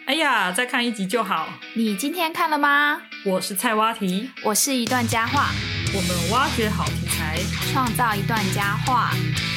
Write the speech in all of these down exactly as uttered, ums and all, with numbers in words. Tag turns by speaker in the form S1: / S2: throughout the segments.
S1: 哎呀，再看一集就好。
S2: 你今天看了吗？
S1: 我是菜蛙题，
S2: 我是一段佳话，
S1: 我们挖掘好题材，
S2: 创造一段佳话。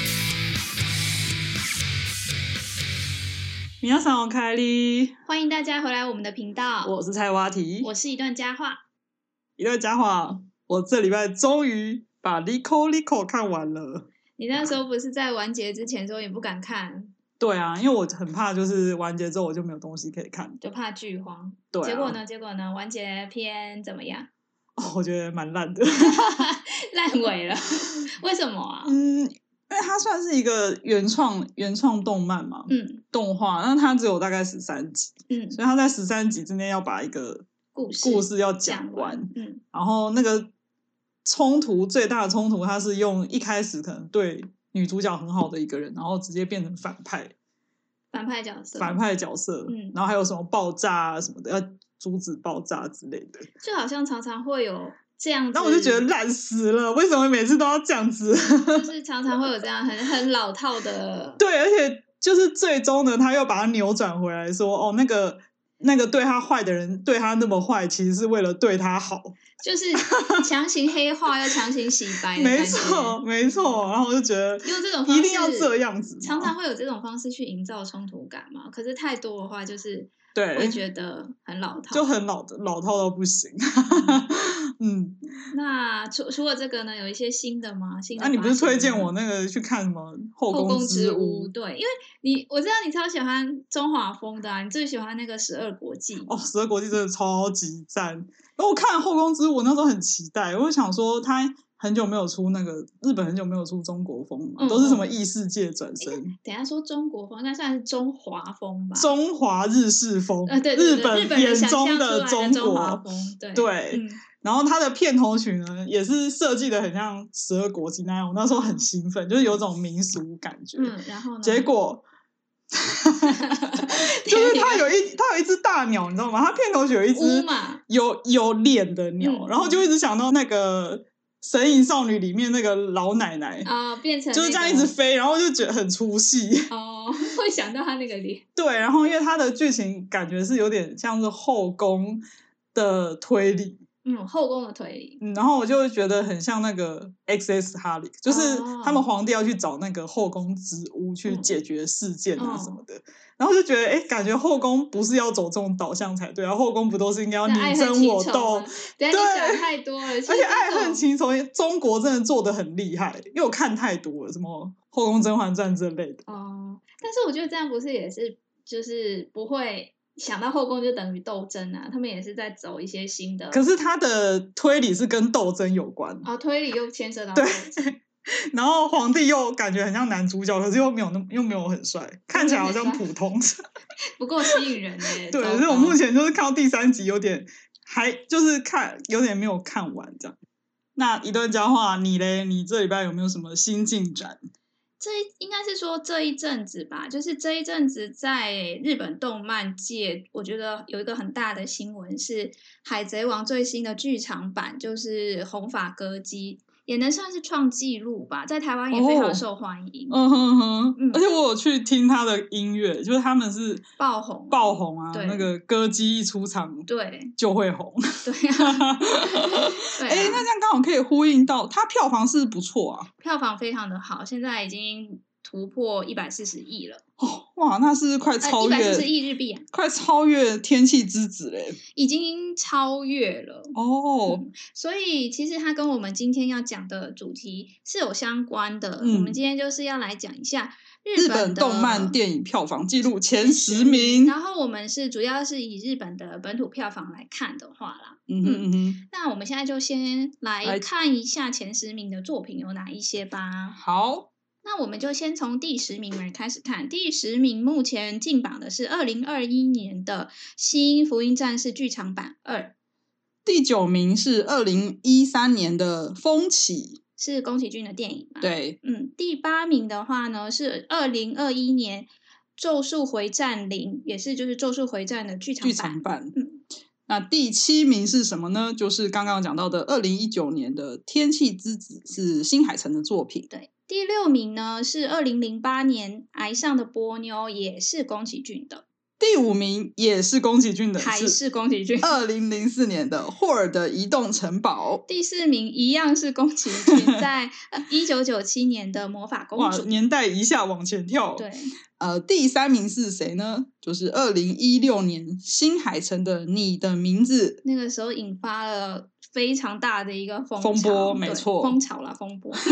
S1: 皆さんおかえり，
S2: 欢迎大家回来我们的频道。
S1: 我是菜蛙题，
S2: 我是一段佳话。
S1: 一段佳话，我这礼拜终于把《Lico Lico》看完了。
S2: 你那时候不是在完结之前说你不敢看？
S1: 对啊，因为我很怕，就是完结之后我就没有东西可以看，
S2: 就怕剧荒。
S1: 对啊，
S2: 结果呢？结果呢？完结篇怎么样？
S1: 哦，我觉得蛮烂的，
S2: 烂尾了。为什么啊？
S1: 嗯，因为它算是一个原创原创动漫嘛，
S2: 嗯，
S1: 动画，那它只有大概十三集，
S2: 嗯，
S1: 所以它在十三集之内要把一个
S2: 故事
S1: 故事要讲
S2: 讲
S1: 完，
S2: 完嗯，
S1: 然后那个冲突最大的冲突，它是用一开始可能对女主角很好的一个人，然后直接变成反派，
S2: 反派角色，
S1: 反派角色，
S2: 嗯，
S1: 然后还有什么爆炸啊什么的，要阻止爆炸之类的，
S2: 就好像常常会有这样子，
S1: 那我就觉得烂死了，为什么每次都要这样子？
S2: 就是常常会有这样很很老套的，
S1: 对，而且就是最终呢，他又把它扭转回来说，哦，那个那个对他坏的人对他那么坏，其实是为了对他好，
S2: 就是强行黑化又强行洗白的感觉，
S1: 没错没错。然后我就觉得
S2: 用这种方式
S1: 一定要这样子，
S2: 常常会有这种方式去营造冲突感嘛。可是太多的话，就是
S1: 对
S2: 会觉得很老套，
S1: 就很老老套到不行。嗯，
S2: 那除除了这个呢，有一些新的吗？新的？
S1: 那、啊、你不是推荐我那个去看什么《后
S2: 宫
S1: 之
S2: 屋》？对，因为你我知道你超喜欢中华风的啊，你最喜欢那个《十二国记》
S1: 哦，《十二国记》真的超级赞。然后我看了《后宫之屋》，我那时候很期待，我就想说他很久没有出那个日本很久没有出中国风嘛，嗯、都是什么异世界转身。
S2: 等一下说中国风，应该算是中华风吧？
S1: 中华日式风，
S2: 呃，对对对，
S1: 日本眼中
S2: 的
S1: 中
S2: 国风，对
S1: 对。
S2: 嗯、
S1: 然后它的片头曲呢，也是设计的很像《十二国记》那样，我那时候很兴奋，就是有种民俗感觉。
S2: 嗯，然后呢？
S1: 结果。就是它有一它有一只大鸟，你知道吗？它片头曲有一只有有脸的鸟、嗯，然后就一直想到那个《神隐少女》里面那个老奶奶
S2: 啊、哦，变成、那個、
S1: 就是这样一直飞，然后就觉得很出戏
S2: 哦，会想到他那个脸。
S1: 对，然后因为它的剧情感觉是有点像是后宫的推理。
S2: 嗯，后宫的推理，
S1: 嗯，然后我就会觉得很像那个 X S 哈利，就是他们皇帝要去找那个后宫之屋去解决事件啊什么的，嗯、然后就觉得哎，感觉后宫不是要走这种导向才对啊，后宫不都是应该要你争我斗？
S2: 对，你想太多了，而
S1: 且爱恨情仇，中国真的做得很厉害，因为我看太多了，什么《后宫甄嬛传》之类的。
S2: 哦，但是我觉得这样不是也是就是不会。想到后宫就等于斗争啊，他们也是在走一些新的。
S1: 可是他的推理是跟斗争有关
S2: 哦，推理又牵涉到斗争。
S1: 对，然后皇帝又感觉很像男主角，可是又没有那么又没有很帅，看起来好像普通，
S2: 不够吸引人耶。
S1: 对，所以我目前就是看到第三集有点还就是看有点没有看完这样。那一段佳话，你嘞？你这礼拜有没有什么新进展？
S2: 这应该是说这一阵子吧，就是这一阵子在日本动漫界，我觉得有一个很大的新闻是《海贼王》最新的剧场版，就是红发歌姬，也能算是创纪录吧，在台湾也非常受欢迎。
S1: 哦、嗯哼哼、嗯，而且我有去听他的音乐，就是他们是
S2: 爆红
S1: 爆红啊，
S2: 对，
S1: 那个歌姬一出场，
S2: 对，
S1: 就会红。
S2: 对啊，
S1: 对啊，哎，那这样刚好可以呼应到，它票房是不错啊，
S2: 票房非常的好，现在已经突破一百四十亿了。
S1: 哦，哇，那是快超越
S2: 一百四十亿日币啊，
S1: 快超越《天气之子》嘞，
S2: 已经超越了
S1: 哦、
S2: 嗯。所以其实它跟我们今天要讲的主题是有相关的。嗯、我们今天就是要来讲一下日本,
S1: 日本动漫电影票房纪录前十名，
S2: 然后我们是主要是以日本的本土票房来看的话啦。
S1: 嗯哼嗯哼，
S2: 那我们现在就先来看一下前十名的作品有哪一些吧。
S1: 好。
S2: 那我们就先从第十名来开始看。第十名目前进榜的是二零二一年的《新福音战士剧场版二》。
S1: 第九名是二零一三年的《风起》，
S2: 是宫崎骏的电影嘛？
S1: 对，
S2: 嗯。第八名的话呢是二零二一年《咒术回战零》，也是就是《咒术回战》的剧场版。
S1: 剧场版，
S2: 嗯。
S1: 那第七名是什么呢？就是刚刚讲到的二零一九年的《天气之子》，是新海诚的作品。
S2: 对。第六名呢是二零零八年《崖上的波妞》，也是宫崎骏的。
S1: 第五名也是宫崎骏的，
S2: 还是宫崎骏，
S1: 二零零四年的霍尔的移动城堡。
S2: 第四名一样是宫崎骏，在一九九七年的魔法公主。
S1: 哇，年代一下往前跳。
S2: 对，
S1: 呃，第三名是谁呢？就是二零一六年新海诚的《你的名字》，
S2: 那个时候引发了非常大的一个风
S1: 风波，没错，
S2: 风潮啦，风波。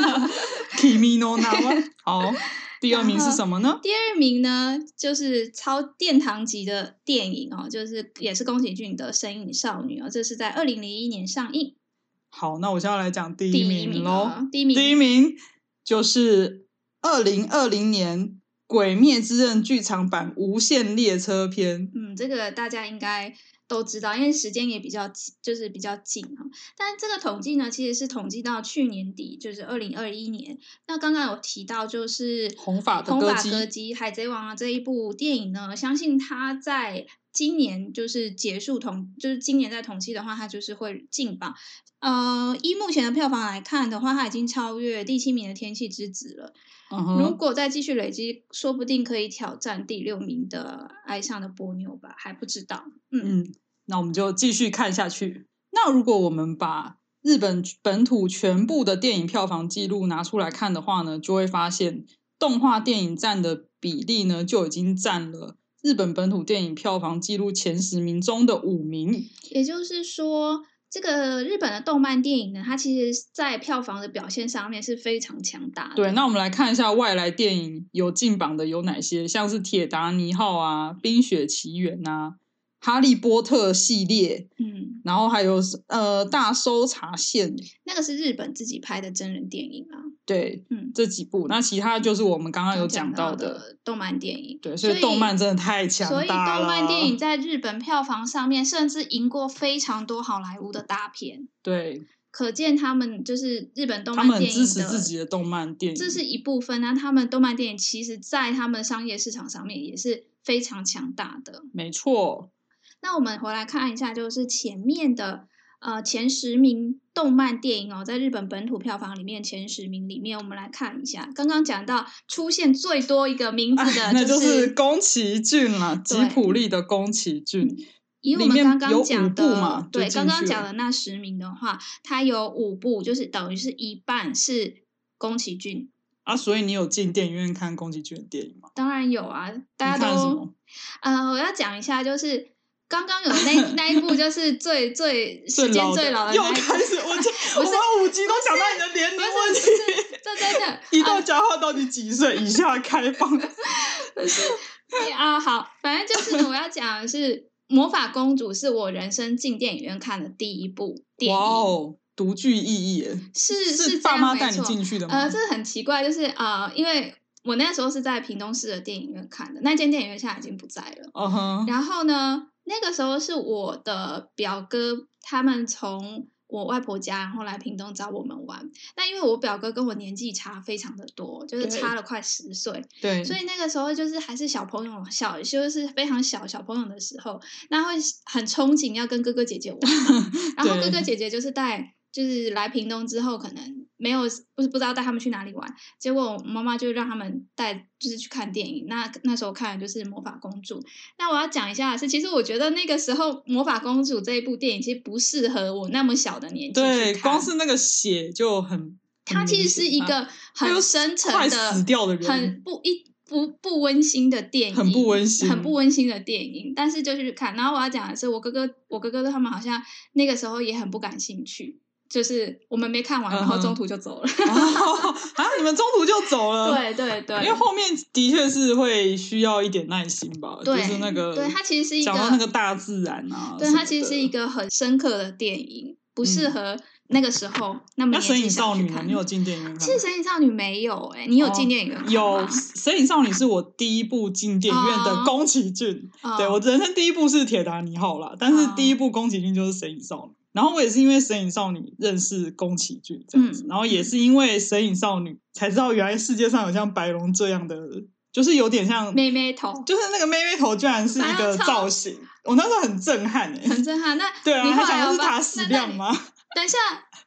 S1: Kimi no Na wa 好。第二名是什么呢？
S2: 第二名呢，就是超殿堂级的电影哦，就是也是宫崎骏的《神隐少女》哦，这是在二零零一年上映。
S1: 好，那我现在来讲第一名喽。
S2: 第一名，
S1: 第一名就是二零二零年《鬼灭之刃》剧场版《无限列车篇》。
S2: 嗯，这个大家应该都知道，因为时间也比较就是比较近哈。但这个统计呢，其实是统计到去年底，就是二零二一年。那刚刚有提到，就是
S1: 红发的
S2: 红
S1: 歌姬
S2: 发歌姬海贼王啊这一部电影呢，相信它在今年就是结束统，就是今年在统计的话，它就是会进榜。呃，依目前的票房来看的话，它已经超越第七名的《天气之子》了。
S1: 嗯、
S2: 如果再继续累积，说不定可以挑战第六名的《爱上的波妞》吧，还不知道。嗯
S1: 嗯，那我们就继续看下去。那如果我们把日本本土全部的电影票房记录拿出来看的话呢，就会发现动画电影占的比例呢，就已经占了日本本土电影票房记录前十名中的五名。
S2: 也就是说，这个日本的动漫电影呢，它其实在票房的表现上面是非常强大的。
S1: 对，那我们来看一下外来电影有进榜的有哪些，像是铁达尼号啊、冰雪奇缘啊、哈利波特系列，
S2: 嗯，
S1: 然后还有呃大搜查线，
S2: 那个是日本自己拍的真人电影啊。
S1: 对，
S2: 嗯，
S1: 这几部，那其他就是我们刚刚有讲到
S2: 到
S1: 的
S2: 动漫电影。
S1: 对，所以动漫真的太强大了。
S2: 所以动漫电影在日本票房上面，甚至赢过非常多好莱坞的大片。
S1: 对，
S2: 可见他们就是日本动漫电影的，
S1: 他们支持自己的动漫电影，
S2: 这是一部分。那他们动漫电影其实在他们商业市场上面也是非常强大的。
S1: 没错。
S2: 那我们回来看一下，就是前面的呃前十名动漫电影哦，在日本本土票房里面前十名里面，我们来看一下。刚刚讲到出现最多一个名字的、就是哎，
S1: 那就是宫崎骏啦，吉卜力的宫崎骏。嗯，
S2: 以我们刚刚讲的
S1: 嘛，
S2: 对，刚刚讲的那十名的话，它有五部，就是等于是一半是宫崎骏
S1: 啊。所以你有进电影院看宫崎骏的电影吗？
S2: 当然有啊，大家都呃，我要讲一下，就是刚刚有那那一部，就是最最时间最老的那一部。
S1: 又开始，我就我们五集都讲到你的年龄问题。
S2: 这真的，
S1: 一到家话到底几岁以下开放？
S2: 不是啊，好，反正就是我要讲的是《魔法公主》，是我人生进电影院看的第一部电影。
S1: 哇哦，独具意义耶！
S2: 是
S1: 是爸妈带你进去的吗？
S2: 呃，这很奇怪，就是呃，因为我那时候是在屏东市的电影院看的，那间电影院现在已经不在了。
S1: 嗯哼。
S2: 然后呢，那个时候是我的表哥他们从我外婆家然后来屏东找我们玩。那因为我表哥跟我年纪差非常的多，就是差了快十岁。
S1: 对。
S2: 所以那个时候就是还是小朋友，小就是非常小小朋友的时候，那会很憧憬要跟哥哥姐姐玩。然后哥哥姐姐就是带。就是来屏东之后，可能没有不是不知道带他们去哪里玩，结果我妈妈就让他们带，就是去看电影。那那时候看的就是《魔法公主》。那我要讲一下的是，其实我觉得那个时候《魔法公主》这一部电影其实不适合我那么小的年纪去看。
S1: 对，光是那个血就很，
S2: 它其实是一个很深沉的、
S1: 快死掉的人，
S2: 很不一不不温馨的电影，
S1: 很不温馨，
S2: 很不温馨的电影。但是就去看，然后我要讲的是，我哥哥，我哥哥他们好像那个时候也很不感兴趣。就是我们没看完，然后中途就走了。
S1: 哦、啊，你们中途就走了？
S2: 对对对，
S1: 因为后面的确是会需要一点耐心吧。
S2: 对，
S1: 就是那个，
S2: 对，它其实是一个
S1: 讲到那个大自然啊，
S2: 对，它其实是一个很深刻的电影，不适合那个时候、嗯、那么年纪小去看。
S1: 那神隐少女呢？你有进电影院看？
S2: 其实神隐少女没有哎、欸，你有进电影院看吗？
S1: 有，神隐少女是我第一部进电影院的宫崎骏。
S2: 哦、
S1: 对，我人生第一部是铁达尼号啦，但是第一部宫崎骏就是神隐少女。然后我也是因为神隐少女认识宫崎骏这样子、嗯、然后也是因为神隐少女才知道原来世界上有像白龙这样的，就是有点像
S2: 妹妹头，
S1: 就是那个妹妹头居然是一个造型，我那时候很震撼哎、欸，
S2: 很震撼。那
S1: 对啊，
S2: 你
S1: 还想要是他死亮吗？
S2: 等一下，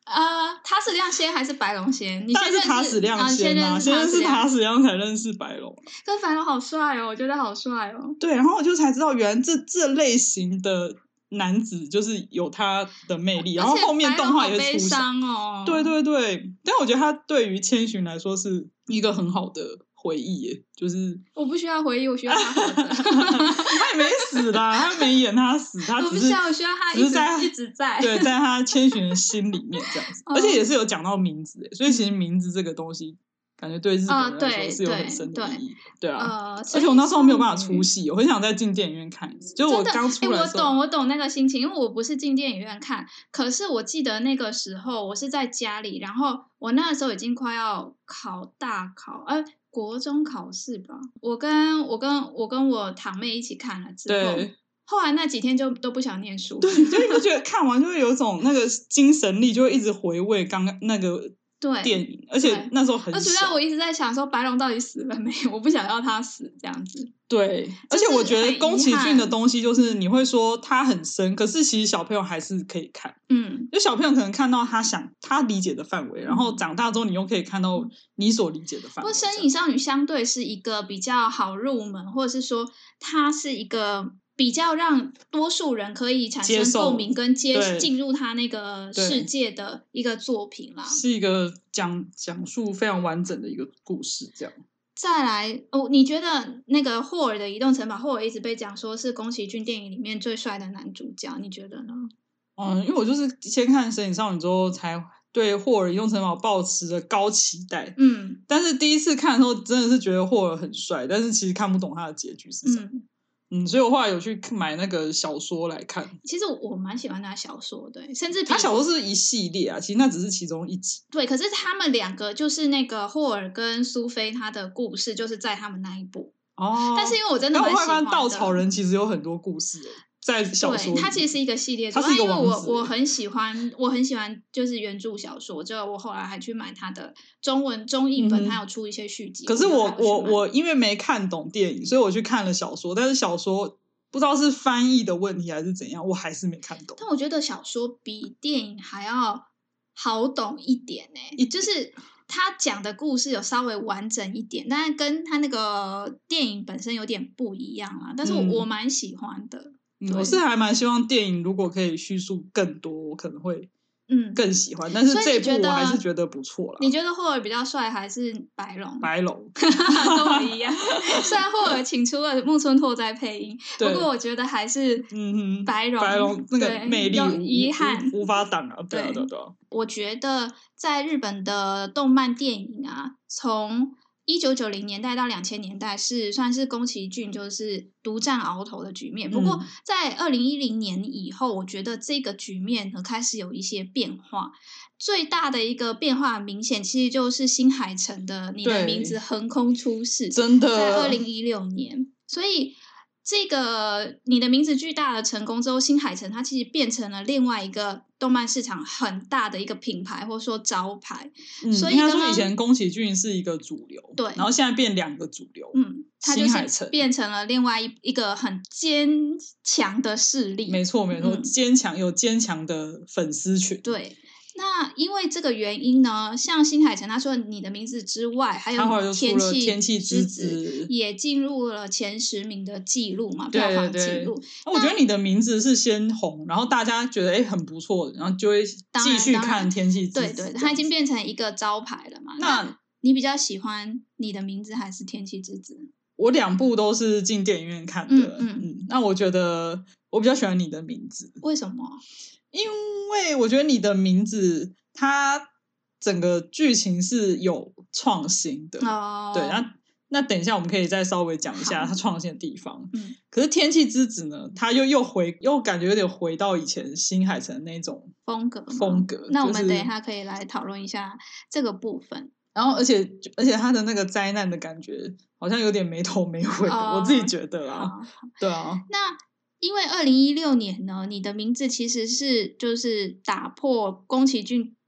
S2: 呃，塔矢亮先还是白龙先？你先认识
S1: 塔矢亮先啊，
S2: 先
S1: 认识塔矢亮才认识白龙。
S2: 可是白龙好帅哦，我觉得好帅哦。
S1: 对，然后我就才知道，原来这这类型的男子就是有他的魅力，然后后面动画也会出现。
S2: 哦，
S1: 对对对，但我觉得他对于千寻来说是一个很好的回忆耶，就是
S2: 我不需要回忆，我需要他活着。
S1: 他也没死啦，他没演他死，他只是
S2: 我不需要，我需要他一直在一直在，
S1: 对，在他千寻的心里面这样子，而且也是有讲到名字耶，所以其实名字这个东西。感觉对日本人来说是有很深的意义，呃、对, 对, 对啊、呃，而且我那时候没有办法出戏，我很想再进电影院看一次。就是我刚出来的时候，
S2: 欸、我懂，我懂那个心情，因为我不是进电影院看，可是我记得那个时候我是在家里，然后我那个时候已经快要考大考，呃，国中考试吧。我跟我跟我跟我堂妹一起看了之后，后来那几天就都不想念书，
S1: 对，就你觉得看完就会有一种那个精神力，就会一直回味刚刚那个。
S2: 对
S1: 电影，而且那时候很小，
S2: 而且我一直在想说白龙到底死了没有，我不想要他死这样子。
S1: 对，而且我觉得宫崎骏的东西就是你会说他很深，可是其实小朋友还是可以看，嗯，就小朋友可能看到他想他理解的范围，然后长大之后你又可以看到你所理解的范围。
S2: 不过《身影少女》相对是一个比较好入门，或者是说它是一个。比较让多数人可以产生共鸣跟接进入他那个世界的一个作品啦，
S1: 是一个讲讲述非常完整的一个故事，这样。
S2: 再来哦，你觉得那个霍尔的移动城堡，霍尔一直被讲说是宫崎骏电影里面最帅的男主角，你觉得呢？
S1: 嗯，因为我就是先看《神隐少女》之后，才对霍尔移动城堡抱持着高期待。嗯，但是第一次看的时候，真的是觉得霍尔很帅，但是其实看不懂他的结局是什么。嗯嗯，所以我后来有去买那个小说来看。
S2: 其实我蛮喜欢他小说的，甚至
S1: 他小说是一系列啊，其实那只是其中一集。
S2: 对，可是他们两个就是那个霍尔跟苏菲，他的故事就是在他们那一部哦。但是因为我真的蛮喜欢的，
S1: 但我发现稻草人其实有很多故事诶。在小说里，
S2: 它其实是一个系列，
S1: 它是一个
S2: 王子。因为我我很喜欢，我很喜欢就是原著小说，就我后来还去买它的中文中译本，它、嗯、有出一些续集。
S1: 可是我我我因为没看懂电影，所以我去看了小说，但是小说不知道是翻译的问题还是怎样，我还是没看懂。
S2: 但我觉得小说比电影还要好懂一点呢、欸，就是他讲的故事有稍微完整一点，但是跟他那个电影本身有点不一样啊。但是我、嗯、我蛮喜欢的。
S1: 嗯、我是还蛮希望电影如果可以叙述更多，我可能会嗯更喜欢。嗯、但是这一部我还是觉得不错啦。
S2: 你觉得霍尔比较帅还是白龙？
S1: 白龙
S2: 跟我一样。虽然霍尔请出了木村拓哉配音，不过我觉得还是嗯白龙
S1: 白龙那个魅力
S2: 有遗憾
S1: 无法挡啊！对啊对啊对啊。
S2: 我觉得在日本的动漫电影啊，从一九九零年代到两千年代是算是宫崎骏就是独占鳌头的局面。不过在二零一零年以后，我觉得这个局面呢开始有一些变化。最大的一个变化明显，其实就是新海诚的《你的名字》横空出世，
S1: 真的
S2: 在二零一六年。所以这个你的名字巨大的成功之后，新海诚它其实变成了另外一个动漫市场很大的一个品牌，或者说招牌。
S1: 嗯，所以应该说以前宫崎骏是一个主流，
S2: 对，
S1: 然后现在变两个主流，
S2: 嗯，它就是变成了另外一一个很坚强的势力。
S1: 没错，没错，嗯、坚强有坚强的粉丝群，
S2: 对。那因为这个原因呢，像新海诚他说你的名字之外，还有天气
S1: 天气之
S2: 子也进入了前十名的记录嘛，票房记录。
S1: 我觉得你的名字是先红，然后大家觉得哎很不错，然后就会继续看天气之子。
S2: 对对，它已经变成一个招牌了嘛。那, 那你比较喜欢你的名字还是天气之子？
S1: 我两部都是进电影院看的，嗯 嗯, 嗯。那我觉得我比较喜欢你的名字，
S2: 为什么？
S1: 因为我觉得你的名字，它整个剧情是有创新的。哦，对，那那等一下我们可以再稍微讲一下它创新的地方。嗯，可是天气之子呢，它又又回又感觉有点回到以前新海诚的那种
S2: 风格
S1: 风格。
S2: 那我们等一下可以来讨论一下这个部分。
S1: 然后，而且而且它的那个灾难的感觉，好像有点没头没尾的，哦、我自己觉得啦。对啊，
S2: 那。因为二零一六年呢，你的名字其实是就是打破宫崎骏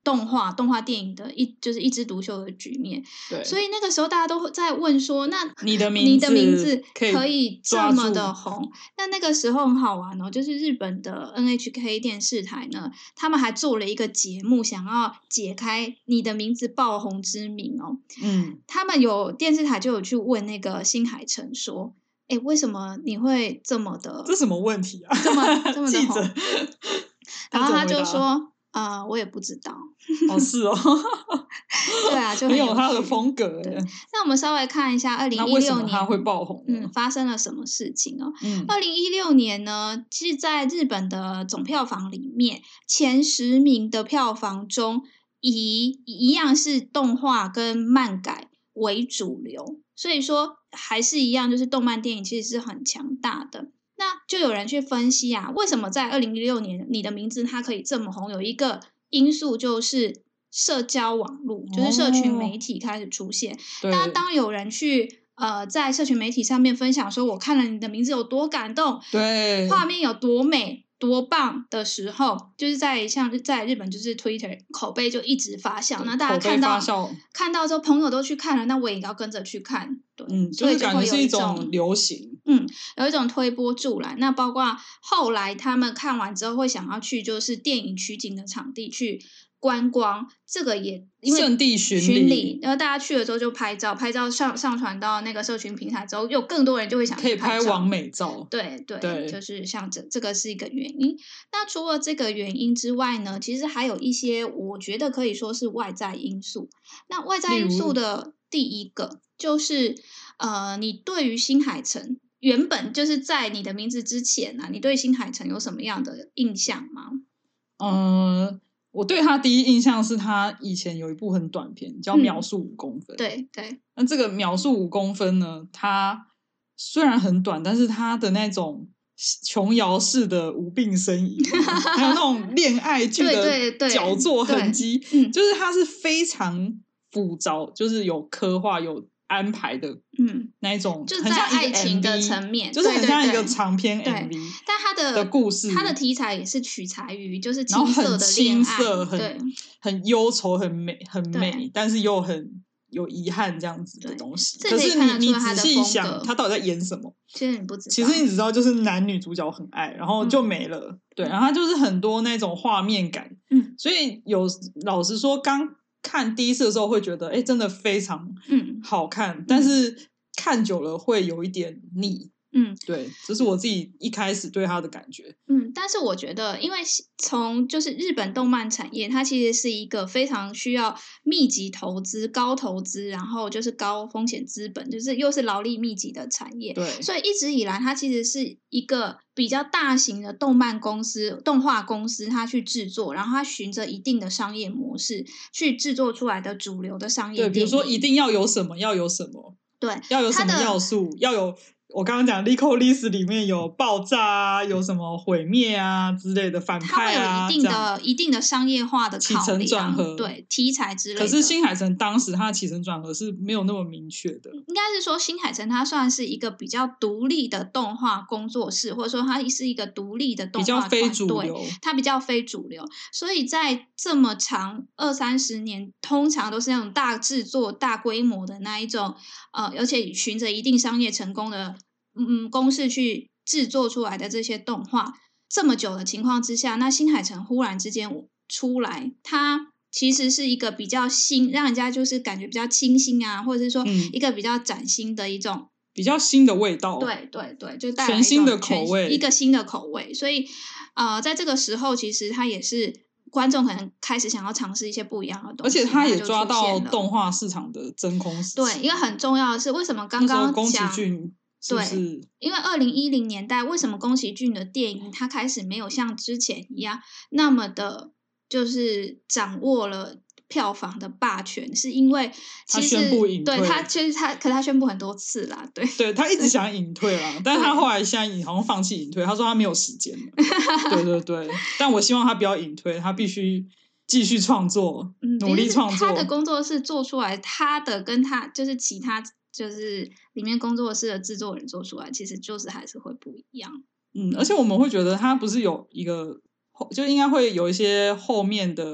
S2: 动画动画电影的一就是一枝独秀的局面。
S1: 对，
S2: 所以那个时候大家都在问说，那
S1: 你的名字
S2: 你的名字
S1: 可
S2: 以这么的红？那那个时候很好玩哦，就是日本的 N H K 电视台呢，他们还做了一个节目，想要解开你的名字爆红之谜哦。
S1: 嗯，
S2: 他们有电视台就有去问那个新海诚说，哎，为什么你会这么的？
S1: 这什么问题啊？
S2: 这么这么的红？然后他就说，呃，我也不知道。
S1: 哦，是哦。
S2: 对啊，就
S1: 很
S2: 有
S1: 有他的风格。对，
S2: 那我们稍微看一下二零一六年
S1: 他会爆红
S2: 嗯发生了什么事情哦。
S1: 嗯，
S2: 二零一六年呢，其实在日本的总票房里面，前十名的票房中，以一样是动画跟漫改为主流，所以说还是一样，就是动漫电影其实是很强大的。那就有人去分析啊，为什么在二零一六年你的名字它可以这么红？有一个因素就是社交网络，就是社群媒体开始出现。那、哦、当有人去呃在社群媒体上面分享说，我看了你的名字有多感动，
S1: 对，
S2: 画面有多美。多棒的时候，就是在像在日本，就是 Twitter 口碑就一直发酵，那大家看到看到之后，朋友都去看了，那我也要跟着去看，对，
S1: 嗯，
S2: 所以
S1: 就感觉是一种流行，
S2: 嗯，有一种推波助澜。那包括后来他们看完之后会想要去，就是电影取景的场地去观光，这个也因为
S1: 圣地巡礼，
S2: 巡礼然后大家去了之后就拍照，拍照上上传到那个社群平台之后，有更多人就会想去
S1: 可以拍完美照。
S2: 对 对,
S1: 对
S2: 就是像这这个是一个原因。那除了这个原因之外呢，其实还有一些我觉得可以说是外在因素。那外在因素的第一个就是呃，你对于新海诚原本就是在你的名字之前啊，你对新海诚有什么样的印象吗？
S1: 嗯、呃。我对他第一印象是他以前有一部很短片叫《秒速五公分》，
S2: 嗯、对对。
S1: 那这个《秒速五公分》呢，它虽然很短，但是它的那种琼瑶式的无病呻吟，还有那种恋爱剧的脚作痕迹，
S2: 嗯，
S1: 就是它是非常复杂，就是有刻画有安排的，
S2: 嗯，
S1: 那一种，
S2: 就在爱情的层面，
S1: 就是很像一个长篇 M V，
S2: 但它的
S1: 的故事，
S2: 它的题材也是取材于就是青涩的恋爱，
S1: 对，很忧愁，很美，很美，但是又很有遗憾这样子的东西。可是你你仔细想，他到底在演什么？
S2: 其实你不知道，
S1: 其实你只知道就是男女主角很爱，然后就没了。嗯、对，然后他就是很多那种画面感，
S2: 嗯，
S1: 所以有老实说，刚看第一次的时候会觉得，哎，真的非常好看，嗯、但是看久了会有一点腻。
S2: 嗯，
S1: 对，这是我自己一开始对他的感觉。
S2: 嗯，但是我觉得，因为从就是日本动漫产业，它其实是一个非常需要密集投资、高投资，然后就是高风险资本，就是又是劳力密集的产业。
S1: 对，
S2: 所以一直以来，它其实是一个比较大型的动漫公司、动画公司，它去制作，然后它循着一定的商业模式去制作出来的主流的商业电影。
S1: 对，比如说一定要有什么，要有什么，
S2: 对，
S1: 要有什么要素，要有。我刚刚讲《Lycolis》里面有爆炸啊，有什么毁灭啊之类的反派啊，
S2: 它会有一定的、一定的商业化的
S1: 起承转合，
S2: 对题材之类的。
S1: 可是新海诚当时他的起承转合是没有那么明确的。
S2: 应该是说新海诚他算是一个比较独立的动画工作室，或者说他是一个独立的动画团队，
S1: 比较非主流，
S2: 他比较非主流，所以在这么长二三十年，通常都是那种大制作、大规模的那一种，呃，而且循着一定商业成功的。嗯，公式去制作出来的这些动画，这么久的情况之下，那新海诚忽然之间出来，他其实是一个比较新，让人家就是感觉比较清新啊，或者是说一个比较崭新的一种、嗯、
S1: 比较新的味道，
S2: 对对对，就带来
S1: 全新的口味，
S2: 一个新的口味。所以呃，在这个时候，其实他也是观众可能开始想要尝试一些不一样的东西，
S1: 而且他也抓到动画市场的真空时期。
S2: 对，一个很重要的是，为什么刚刚
S1: 宫崎骏。是不是
S2: 对，因为二零一零年代，为什么宫崎骏的电影它开始没有像之前一样那么的，就是掌握了票房的霸权？是因为其实
S1: 他宣布隐退，
S2: 对他其实他，可他宣布很多次啦，对，
S1: 对他一直想隐退啦，但是他后来现在好像放弃隐退，他说他没有时间了。对对对，但我希望他不要隐退，他必须继续创作，嗯、努力创作。
S2: 他的工作室做出来，他的跟他就是其他。就是里面工作室的制作人做出来，其实就是还是会不一样。
S1: 嗯，而且我们会觉得他不是有一个，就应该会有一些后面的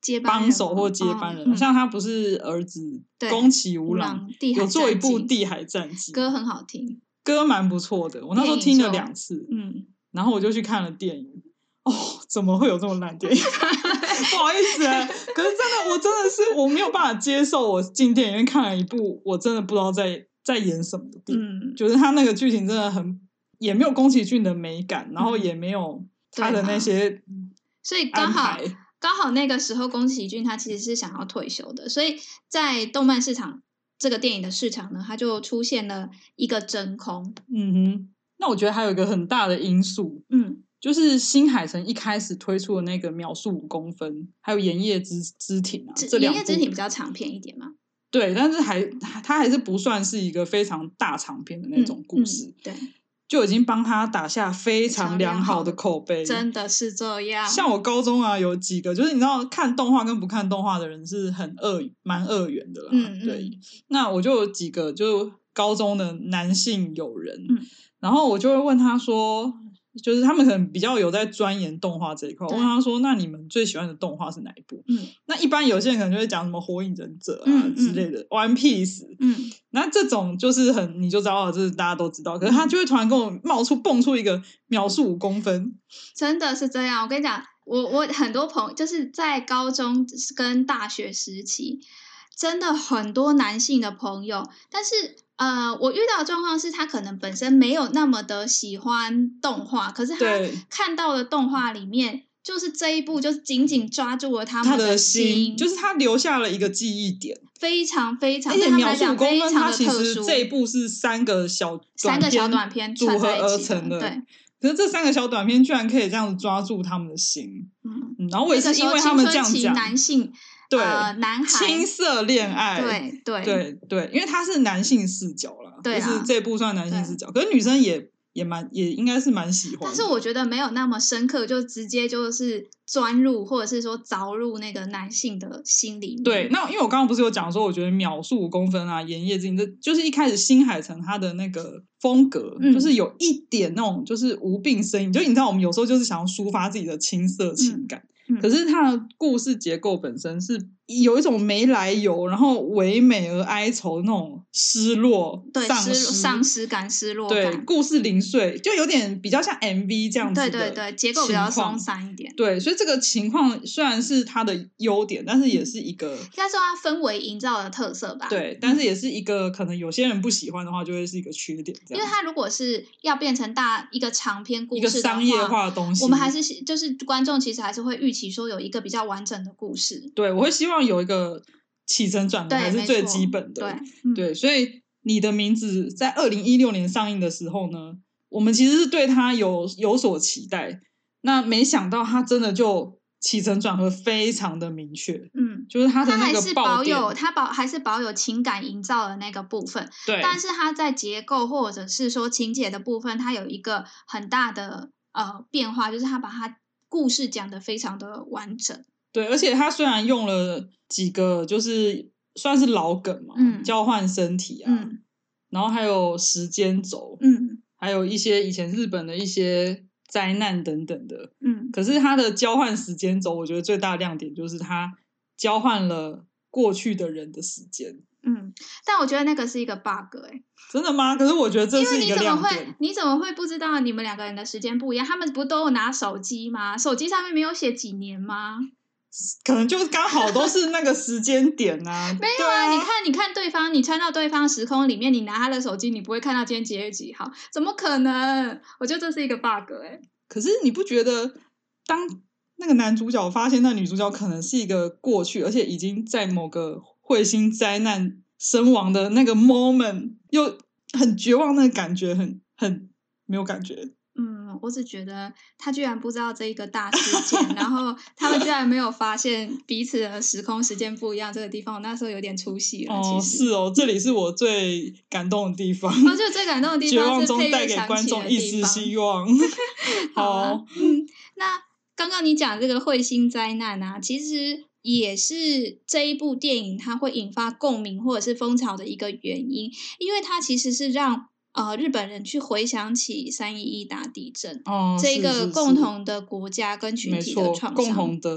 S1: 帮手或接班人，
S2: 哦嗯、
S1: 像他不是儿子宫崎吾郎有做一部《地海战记》，
S2: 歌很好听，
S1: 歌蛮不错的，我那时候听了两次，嗯，然后我就去看了电影。哦，怎么会有这么烂电影？不好意思、欸，可是真的，我真的是我没有办法接受，我进电影院看了一部我真的不知道在在演什么的电影，嗯、就是他那个剧情真的很，也没有宫崎骏的美感，然后也没有他的那些、
S2: 嗯，所以刚好刚好那个时候宫崎骏他其实是想要退休的，所以在动漫市场这个电影的市场呢，它就出现了一个真空。
S1: 嗯哼，那我觉得还有一个很大的因素，嗯。就是新海诚一开始推出的那个秒速五公分，还有盐业之之庭啊，这两部
S2: 盐业之庭比较长篇一点嘛。
S1: 对，但是还它还是不算是一个非常大长篇的那种故事，
S2: 嗯嗯、对，
S1: 就已经帮他打下非常良好的口碑，
S2: 真的是这样。
S1: 像我高中啊，有几个就是你知道看动画跟不看动画的人是很二蛮二元的啦，嗯、对、嗯。那我就有几个就高中的男性友人，嗯、然后我就会问他说。就是他们可能比较有在钻研动画这一块，我问他说：“那你们最喜欢的动画是哪一部？”嗯，那一般有些人可能就会讲什么《火影忍者》啊、嗯、之类的，《One Piece》。嗯，那这种就是很你就知道，这是大家都知道。可是他就会突然跟我冒出蹦出一个秒速五公分，
S2: 真的是这样。我跟你讲，我我很多朋友就是在高中跟大学时期，真的很多男性的朋友，但是。呃，我遇到的状况是他可能本身没有那么的喜欢动画，可是他看到的动画里面，就是这一部就是紧紧抓住了他们
S1: 的
S2: 心，
S1: 心就是他留下了一个记忆点，
S2: 非常非常，
S1: 而且秒速五公分，
S2: 它
S1: 其实这一部是三个小
S2: 三个小短片
S1: 组合而成的，
S2: 对。
S1: 可是这三个小短片居然可以这样子抓住他们的心，嗯，然后我也是因为他们这样讲，
S2: 男性。
S1: 对、
S2: 呃，男孩
S1: 青涩恋爱，
S2: 对对
S1: 对对，因为他是男性视角啦，
S2: 对、啊，
S1: 就是这部算男性视角，可是女生也也蛮也应该是蛮喜欢的，
S2: 但是我觉得没有那么深刻，就直接就是钻入或者是说凿入那个男性的心里面。
S1: 对，那因为我刚刚不是有讲说，我觉得秒速五公分啊，盐业之庭，这就是一开始新海诚他的那个风格，嗯、就是有一点那种就是无病呻吟，就你知道我们有时候就是想要抒发自己的青涩情感。嗯可是它的故事结构本身是有一种没来由，然后唯美而哀愁那种失落、
S2: 对
S1: 丧失、
S2: 丧失感、失落感。
S1: 对，故事零碎，就有点比较像 M V 这样子的。
S2: 对对对，结构比较松散一点。
S1: 对，所以这个情况虽然是它的优点，但是也是一个，应
S2: 该说它氛围营造的特色吧。
S1: 对，但是也是一个可能有些人不喜欢的话，就会是一个缺点。
S2: 因为它如果是要变成大一个长篇故事的话，
S1: 一个商业化的东西，
S2: 我们还是就是观众其实还是会预期说有一个比较完整的故事。
S1: 对，我会希望有一个起承转合还是最基本的。
S2: 对、
S1: 嗯、对，所以你的名字在二零一六年上映的时候呢，我们其实是对它有有所期待，那没想到它真的就起承转合非常的明确。嗯，就是它的那个爆点，
S2: 它保还是保有情感营造的那个部分。
S1: 对，
S2: 但是它在结构或者是说情节的部分，它有一个很大的呃变化，就是它把它故事讲得非常的完整。
S1: 对，而且他虽然用了几个就是算是老梗嘛，嗯、交换身体啊、嗯，然后还有时间轴，嗯，还有一些以前日本的一些灾难等等的，嗯，可是他的交换时间轴，我觉得最大亮点就是他交换了过去的人的时间，
S2: 嗯，但我觉得那个是一个 bug 哎、欸。
S1: 真的吗？可是我觉得这是一个亮点。
S2: 你怎么会不知道你们两个人的时间不一样？他们不都有拿手机吗？手机上面没有写几年吗？
S1: 可能就刚好都是那个时间点啊。
S2: 没有啊，啊你看，你看对方，你穿到对方时空里面，你拿他的手机，你不会看到今天几月几号？怎么可能？我觉得这是一个 bug 哎、欸。
S1: 可是你不觉得，当那个男主角发现那女主角可能是一个过去，而且已经在某个彗星灾难身亡的那个 moment， 又很绝望，那个感觉很很没有感觉。
S2: 嗯，我只觉得他居然不知道这一个大事件，然后他们居然没有发现彼此的时空时间不一样这个地方，我那时候有点出戏了。
S1: 哦，是哦，这里是我最感动的地方。
S2: 我觉得最感动的地方
S1: 绝望中带给观众一丝希望。
S2: 好，嗯，那刚刚你讲这个彗星灾难啊，其实也是这一部电影它会引发共鸣或者是风潮的一个原因，因为它其实是让呃日本人去回想起三一一大地震，
S1: 哦，
S2: 这个共同的国家跟群体的创伤，
S1: 共同的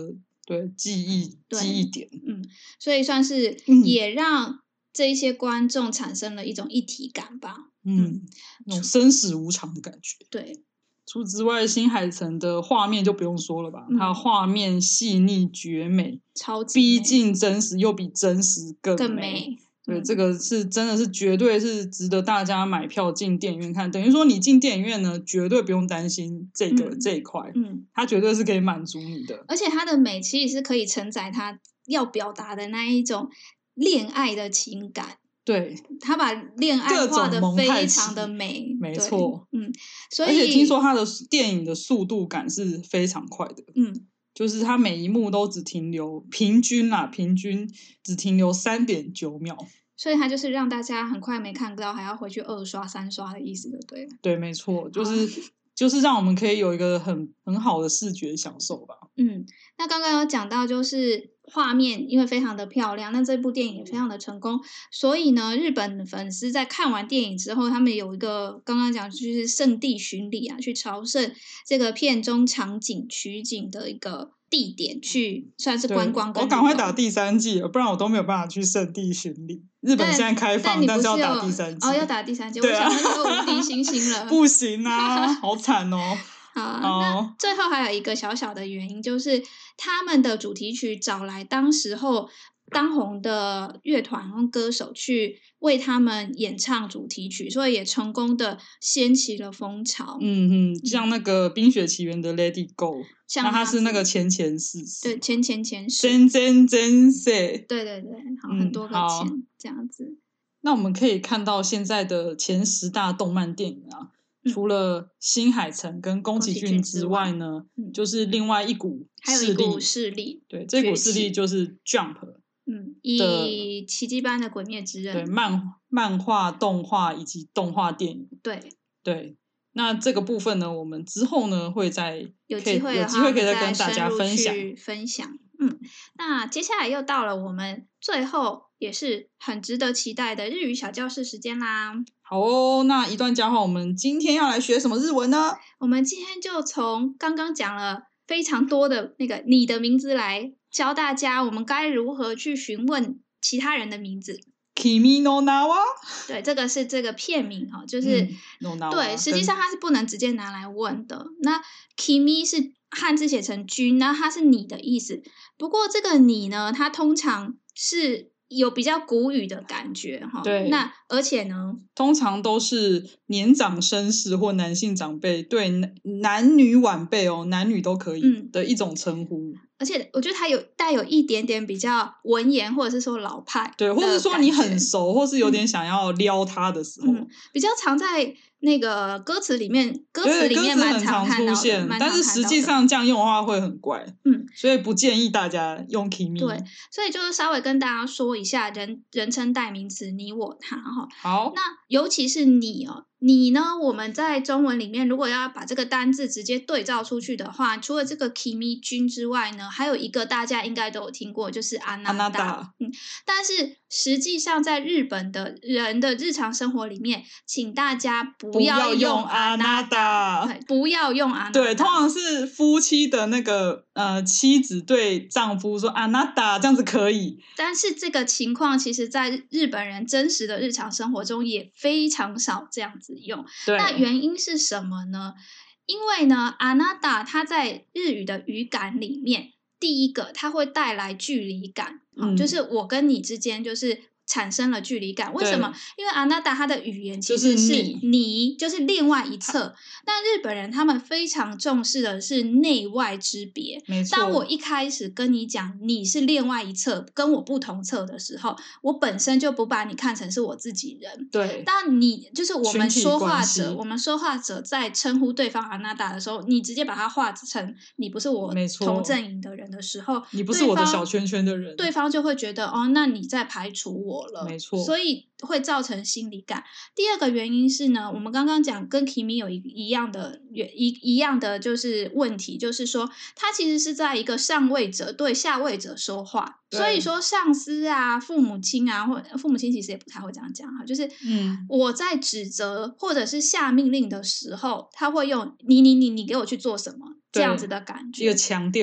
S1: 对记忆记忆点，
S2: 嗯，所以算是也让这一些观众产生了一种一体感吧，
S1: 嗯，嗯那种生死无常的感觉。
S2: 对，
S1: 除此之外，新海诚的画面就不用说了吧，嗯、它画面细腻绝美，
S2: 超级
S1: 逼近真实又比真实更美。
S2: 更美
S1: 对，
S2: 嗯、
S1: 这个是真的是绝对是值得大家买票进电影院看。等于说你进电影院呢，绝对不用担心这个、嗯、这一块，嗯，它绝对是可以满足你的。
S2: 而且它的美其实是可以承载它要表达的那一种恋爱的情感。
S1: 对，
S2: 他把恋爱画的非常的美，
S1: 没错，
S2: 嗯，所以
S1: 而且听说他的电影的速度感是非常快的，嗯，就是他每一幕都只停留平均啦，平均只停留三点九秒，
S2: 所以他就是让大家很快没看到，还要回去二刷三刷的意思，就对了。
S1: 对，没错，就是就是让我们可以有一个很很好的视觉享受吧。
S2: 嗯，那刚刚有讲到就是画面因为非常的漂亮，那这部电影也非常的成功，所以呢，日本粉丝在看完电影之后，他们有一个刚刚讲就是圣地巡礼啊，去朝圣这个片中场景取景的一个地点，去算是观光跟。
S1: 我赶快打第三季了，不然我都没有办法去圣地巡礼。日本现在开放，但
S2: 但, 但是
S1: 要打第三季
S2: 哦，要打第三季，
S1: 对啊、
S2: 我想那个无敌星星了，
S1: 不行啊，好惨哦。
S2: 好、啊，那最后还有一个小小的原因，就是他们的主题曲找来当时候当红的乐团跟歌手去为他们演唱主题曲，所以也成功的掀起了风潮。
S1: 嗯嗯，像那个《冰雪奇缘》的 Let It Go， 那它是那个前前世世，
S2: 对，前前前世，
S1: 真真真世，
S2: 对对对，好，嗯、很多个前这样子。
S1: 那我们可以看到现在的前十大动漫电影啊。除了新海诚跟宫崎骏之外呢，嗯、就是另外一股
S2: 还有一股势力，
S1: 对，这股势力就是 Jump，
S2: 嗯，以奇迹般的鬼灭之刃，
S1: 对，漫漫画、动画以及动画电影，
S2: 对
S1: 对。那这个部分呢，我们之后呢会再
S2: 有机会
S1: 有机会可以再跟大家分享
S2: 分享。嗯，那接下来又到了我们最后也是很值得期待的日语小教室时间啦。
S1: 好哦，那一段交换，我们今天要来学什么日文呢？
S2: 我们今天就从刚刚讲了非常多的那个你的名字来教大家，我们该如何去询问其他人的名字。
S1: Kimi no nawa，
S2: 对，这个是这个片名哈，就是、
S1: 嗯 no、
S2: 对，实际上它是不能直接拿来问的。那 Kimi 是汉字写成君，那它是你的意思。不过这个你呢，它通常是有比较古语的感觉哈。
S1: 对，
S2: 那而且呢，
S1: 通常都是年长绅士或男性长辈对男女晚辈哦，男女都可以的一种称呼。
S2: 嗯，而且我觉得它有带有一点点比较文言，或者是说老派，
S1: 对，或者是说你很熟，或是有点想要撩他的时候，
S2: 嗯、比较常在那个歌词里面，歌词里面蛮常看到的，
S1: 但是实际上这样用的话会很怪，嗯，所以不建议大家用 Kimi。
S2: 对，所以就是稍微跟大家说一下人人称代名词你我他哈。
S1: 好，
S2: 那尤其是你哦。你呢？我们在中文里面，如果要把这个单字直接对照出去的话，除了这个 Kimi 君之外呢，还有一个大家应该都有听过，就是阿娜达。嗯，但是实际上在日本的人的日常生活里面，请大家不要用阿娜达，不要用阿娜达。
S1: 对，通常是夫妻的那个呃妻子对丈夫说阿娜达，这样子可以。
S2: 但是这个情况，其实在日本人真实的日常生活中也非常少这样子用。那原因是什么呢？因为呢，あなた它在日语的语感里面，第一个它会带来距离感，嗯，就是我跟你之间就是产生了距离感。为什么？因为あなた它的语言其实是你，你就是另外一侧。但日本人他们非常重视的是内外之别。
S1: 没错。
S2: 当我一开始跟你讲你是另外一侧，跟我不同侧的时候，我本身就不把你看成是我自己人。
S1: 对。
S2: 但你就是我们说话者，我们说话者在称呼对方あなた的时候，你直接把它画成你不是我同阵营的人的时候，
S1: 你不是我的小圈圈的人，
S2: 对方就会觉得哦，那你在排除我了。
S1: 没错。
S2: 所以会造成心理感。第二个原因是呢，我们刚刚讲跟 Kimi 有一一样的一一样的就是问题，就是说他其实是在一个上位者对下位者说话，所以说上司啊、父母亲啊，或父母亲其实也不太会这样讲哈，就是嗯，我在指责或者是下命令的时候，他会用你你你你给我去做什么这样子的感觉，
S1: 一个强调。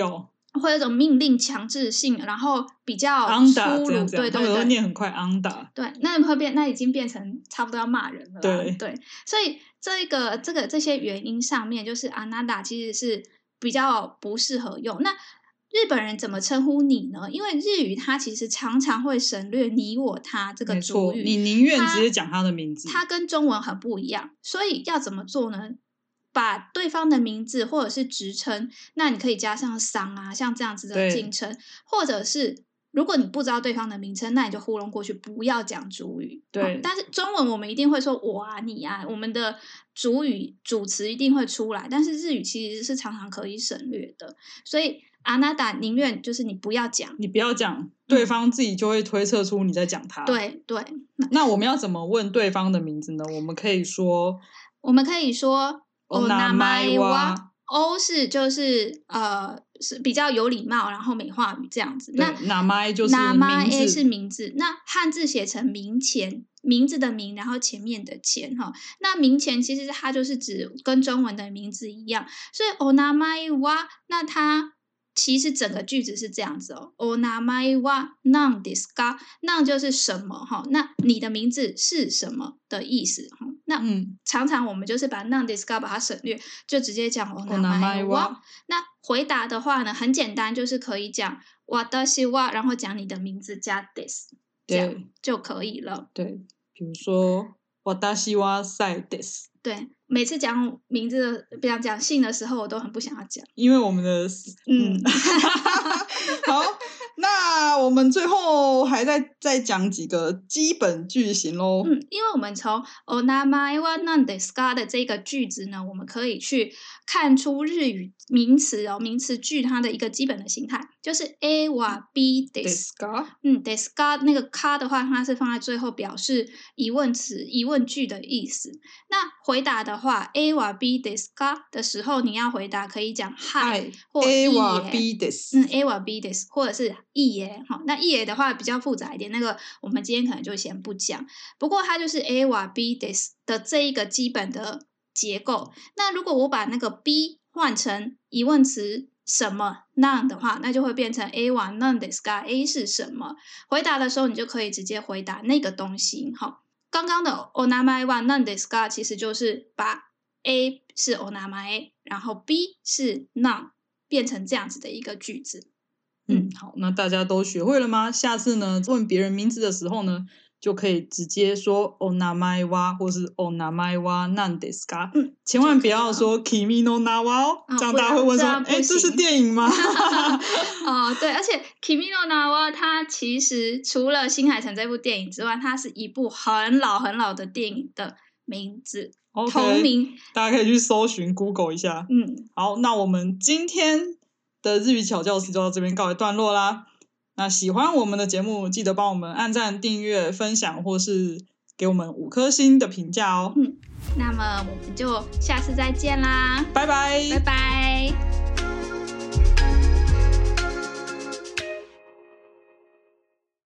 S2: 会有一种命令强制性，然后比较粗鲁，对对对，
S1: 他们会念很快 anda，
S2: 对，那会变，那已经变成差不多要骂人了，
S1: 对
S2: 对，所以这个这个这些原因上面，就是 anada 其实是比较不适合用。那日本人怎么称呼你呢？因为日语它其实常常会省略你我他这个主语，
S1: 你宁愿直接讲他的名字，
S2: 它跟中文很不一样，所以要怎么做呢？把对方的名字或者是职称，那你可以加上桑啊，像这样子的敬称，或者是如果你不知道对方的名称，那你就糊弄过去，不要讲主语。
S1: 对、
S2: 哦，但是中文我们一定会说我啊、你啊，我们的主语主词一定会出来，但是日语其实是常常可以省略的，所以阿娜达宁愿就是你不要讲，
S1: 你不要讲，对方自己就会推测出你在讲他。
S2: 嗯、对对。
S1: 那我们要怎么问对方的名字呢？我们可以说，
S2: 我们可以说。
S1: お名前は
S2: ，O 是就是呃是比较有礼貌，然后美化语这样子。那
S1: 名前就是名字，
S2: 是名字。那汉字写成名前，名字的名，然后前面的前哈。那名前其实它就是指跟中文的名字一样，所以お名前は那它其实整个句子是这样子哦。お名前は何ですか？何就是什么哈？那你的名字是什么的意思哈？那、嗯、常常我们就是把何ですか把它省略，就直接讲お名前は。那回答的话呢，很简单，就是可以讲私は，然后讲你的名字加です，这样就可以了。
S1: 对，比如说私はサイです。
S2: 对，每次讲名字，比方讲姓的时候，我都很不想要讲，
S1: 因为我们的嗯，好，那我们最后还再再讲几个基本句型咯。
S2: 嗯，因为我们从お名前は何ですか的这个句子呢，我们可以去看出日语名词哦，名词句它的一个基本的形态，就是 A は B ですか。嗯，ですか那个か的话，它是放在最后表示疑问词、疑问句的意思。那回答的话 A は B ですか的时候，你要回答可以讲はい或いいえ。
S1: A は B です。
S2: 嗯 ，A は B です，或者是いいえ。好，那いいえ的话比较复杂一点，那个我们今天可能就先不讲。不过它就是 A は B です的这一个基本的结构。那如果我把那个 B 换成疑问词什么何的话，那就会变成 A は何ですか ？A 是什么？回答的时候你就可以直接回答那个东西。好，刚刚的お名前は何ですか其实就是把 A 是お名前，然后 B 是何，变成这样子的一个句子。
S1: 嗯，好，那大家都学会了吗？下次呢，问别人名字的时候呢，就可以直接说お名前は，或是お名前は何ですか。嗯，千万不要说君の名は哦，这样大家会问说，哎，这是电影吗？
S2: 哦，对，而且君の名は它其实除了新海诚这部电影之外，它是一部很老很老的电影的名字。Okay, 同名，
S1: 大家可以去搜寻 Google 一下。
S2: 嗯，
S1: 好，那我们今天的日语小教室就到这边告一段落啦。那喜欢我们的节目，记得帮我们按赞、订阅、分享，或是给我们五颗星的评价哦。
S2: 嗯，那么我们就下次再见啦，
S1: 拜拜，
S2: 拜拜。